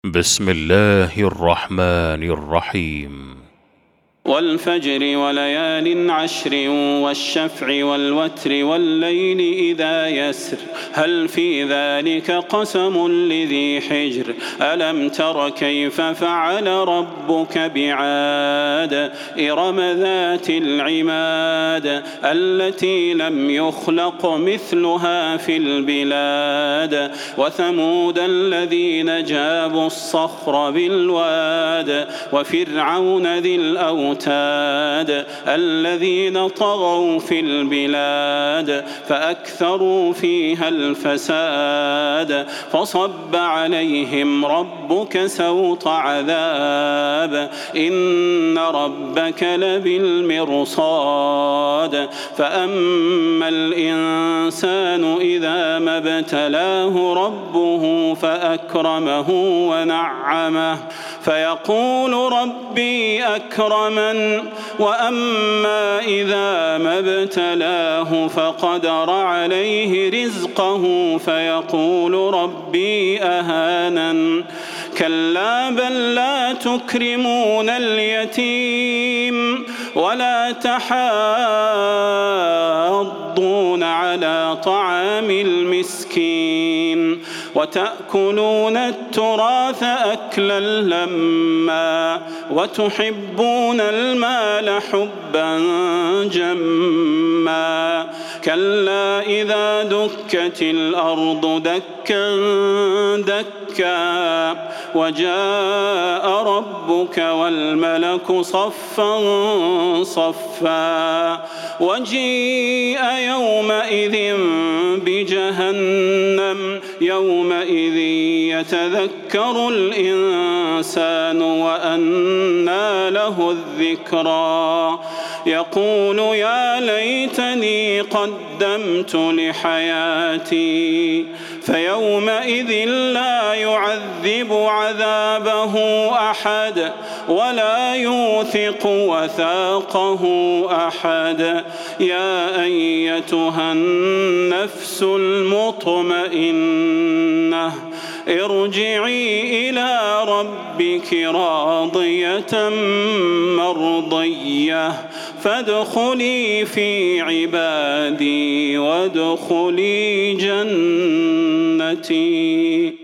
بسم الله الرحمن الرحيم. والفجر وليال عشر والشفع والوتر والليل إذا يسر هل في ذلك قسم لذي حجر ألم تر كيف فعل ربك بعاد إرم ذات العماد التي لم يخلق مثلها في البلاد وثمود الذين جابوا الصخر بالواد وفرعون ذي الأوتاد الذين طغوا في البلاد فأكثروا فيها الفساد فصب عليهم ربك سوط عذاب إن ربك لبالمرصاد فأما الإنسان إذا ما ابتلاه ربه فأكرمه ونعمه فيقول ربي أكرمن وأما إذا ما ابتلاه فقدر عليه رزقه فيقول ربي أهانن كلا بل لا تكرمون اليتيم ولا تحاضون على طعام المسكين وتأكلون التراث أكلا لما وتحبون المال حبا جما كلا إذا دكت الأرض دكا دكا وجاء ربك والملك صفا صفا وجيء يومئذ بجهنم يومئذ يتذكر الإنسان وأنى له الذكرى يقول يا ليتني قدمت لحياتي فيومئذ لا يعذب عذابه أحد ولا يوثق وثاقه أحد يا أيتها النفس المطمئنة ارجعي إلى ربك راضية مرضية فادخلي في عبادي وادخلي جنتي.